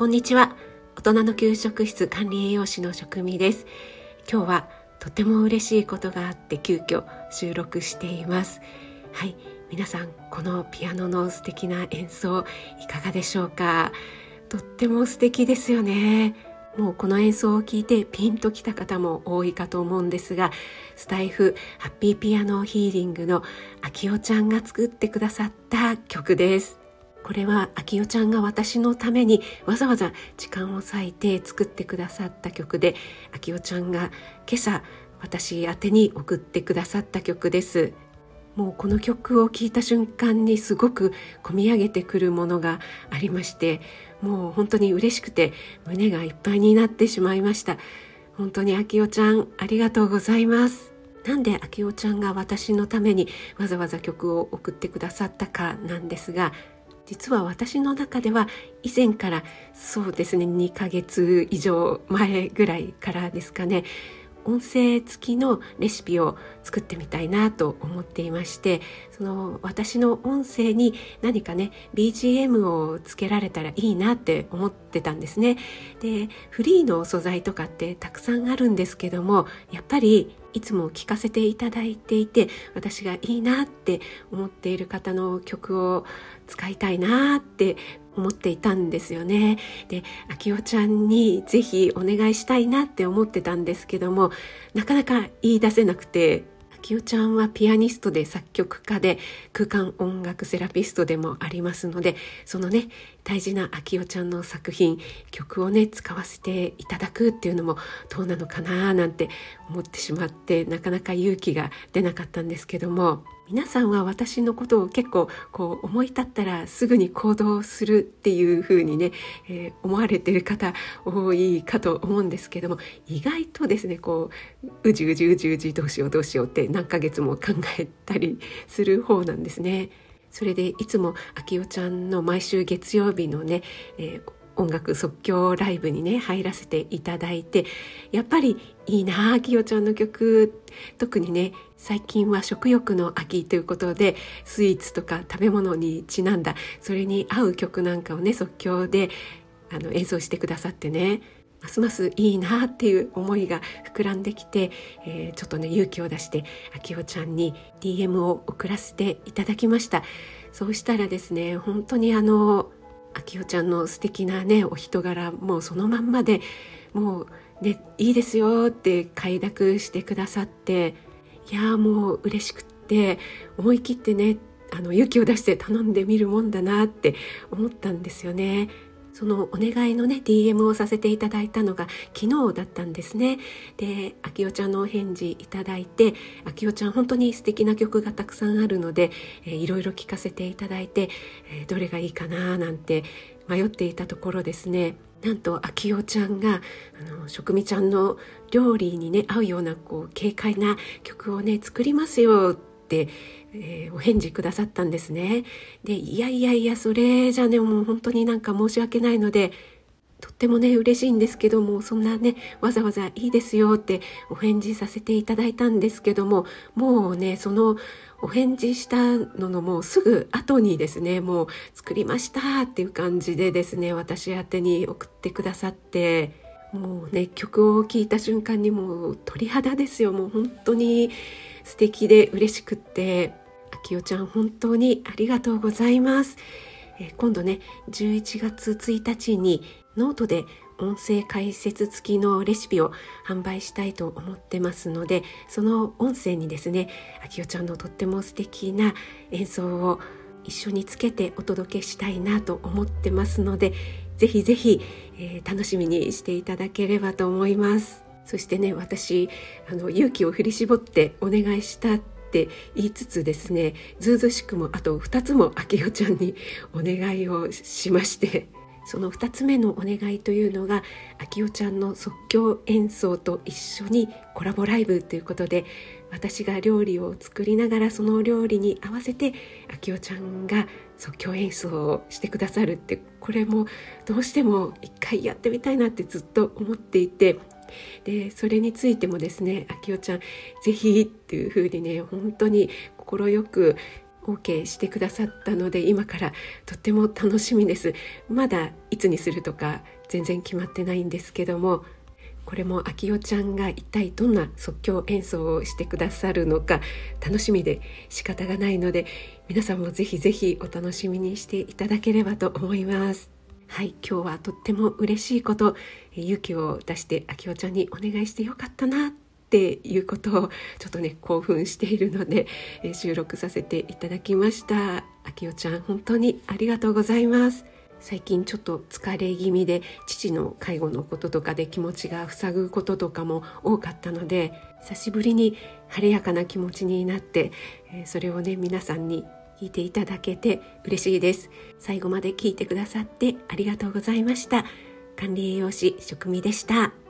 こんにちは。大人の給食室管理栄養士の食味です。今日はとても嬉しいことがあって急遽収録しています。はい、皆さんこのピアノの素敵な演奏いかがでしょうか。とっても素敵ですよね。もうこの演奏を聞いてピンときた方も多いかと思うんですが、スタイフハッピーピアノヒーリングのあきおちゃんが作ってくださった曲です。これはあきおちゃんが私のためにわざわざ時間を割いて作ってくださった曲で、あきおちゃんが今朝私宛てに送ってくださった曲です。もうこの曲を聴いた瞬間にすごく込み上げてくるものがありまして、もう本当に嬉しくて胸がいっぱいになってしまいました。本当にあきおちゃんありがとうございます。なんであきおちゃんが私のためにわざわざ曲を送ってくださったかなんですが、実は私の中では以前からそうですね、2ヶ月以上前ぐらいからですかね、音声付きのレシピを作ってみたいなと思っていまして、その私の音声に何かね BGM をつけられたらいいなって思ってたんですね。で、フリーの素材とかってたくさんあるんですけども、やっぱりいつも聴かせていただいていて、私がいいなって思っている方の曲を使いたいなって思っていたんですよね。で、あきおちゃんにぜひお願いしたいなって思ってたんですけども、なかなか言い出せなくて、あきおちゃんはピアニストで作曲家で空間音楽セラピストでもありますので、そのね大事なあきおちゃんの作品曲をね使わせていただくっていうのもどうなのかななんて思ってしまって、なかなか勇気が出なかったんですけども、皆さんは私のことを結構こう思い立ったらすぐに行動するっていう風にね、思われている方多いかと思うんですけども、意外とですねこううじうじどうしようって何ヶ月も考えたりする方なんですね。それでいつもあきおちゃんの毎週月曜日のね、音楽即興ライブにね入らせていただいて、やっぱりいいなあきおちゃんの曲。特にね最近は食欲の秋ということで、スイーツとか食べ物にちなんだそれに合う曲なんかをね即興で演奏してくださってね、ますますいいなっていう思いが膨らんできて、ちょっとね勇気を出してあきおちゃんに DM を送らせていただきました。そうしたらですね、本当にあきおちゃんの素敵なねお人柄もうそのまんまで、もうねいいですよって快諾してくださって、いやもう嬉しくって思い切ってね勇気を出して頼んでみるもんだなって思ったんですよね。そのお願いのね DM をさせていただいたのが昨日だったんですね。で、あきおちゃんのお返事いただいて、あきおちゃん本当に素敵な曲がたくさんあるので、いろいろ聴かせていただいて、どれがいいかななんて迷っていたところですね、なんとあきおちゃんが食味ちゃんの料理にね合うようなこう軽快な曲をね作りますよってお返事くださったんですね。で、いやそれじゃねもう本当になんか申し訳ないので、とってもね嬉しいんですけども、そんなねわざわざいいですよってお返事させていただいたんですけども、もうねそのお返事したののもうすぐ後にですね、もう作りましたっていう感じでですね私宛てに送ってくださって、もうね曲を聴いた瞬間にもう鳥肌ですよ。もう本当に素敵で嬉しくって、あきおちゃん本当にありがとうございます。今度ね11月1日にノートで音声解説付きのレシピを販売したいと思ってますので、その音声にですねあきおちゃんのとっても素敵な演奏を一緒につけてお届けしたいなと思ってますので、ぜひぜひ、楽しみにしていただければと思います。そしてね私勇気を振り絞ってお願いしたって言いつつですね、ずうずうしくもあと2つもあきおちゃんにお願いをしまして、その2つ目のお願いというのがあきおちゃんの即興演奏と一緒にコラボライブということで、私が料理を作りながらその料理に合わせてあきおちゃんが即興演奏をしてくださるって、これもどうしても一回やってみたいなってずっと思っていて、でそれについてもですねあきおちゃんぜひっていう風にね本当に快く OK してくださったので、今からとっても楽しみです。まだいつにするとか全然決まってないんですけども、これも秋代ちゃんが一体どんな即興演奏をしてくださるのか楽しみで仕方がないので、皆さんもぜひぜひお楽しみにしていただければと思います。はい、今日はとっても嬉しいこと、勇気を出して秋代ちゃんにお願いしてよかったなっていうことをちょっとね興奮しているので、収録させていただきました。秋代ちゃん本当にありがとうございます。最近ちょっと疲れ気味で、父の介護のこととかで気持ちが塞ぐこととかも多かったので、久しぶりに晴れやかな気持ちになって、それをね皆さんに聞いていただけて嬉しいです。最後まで聞いてくださってありがとうございました。管理栄養士食味でした。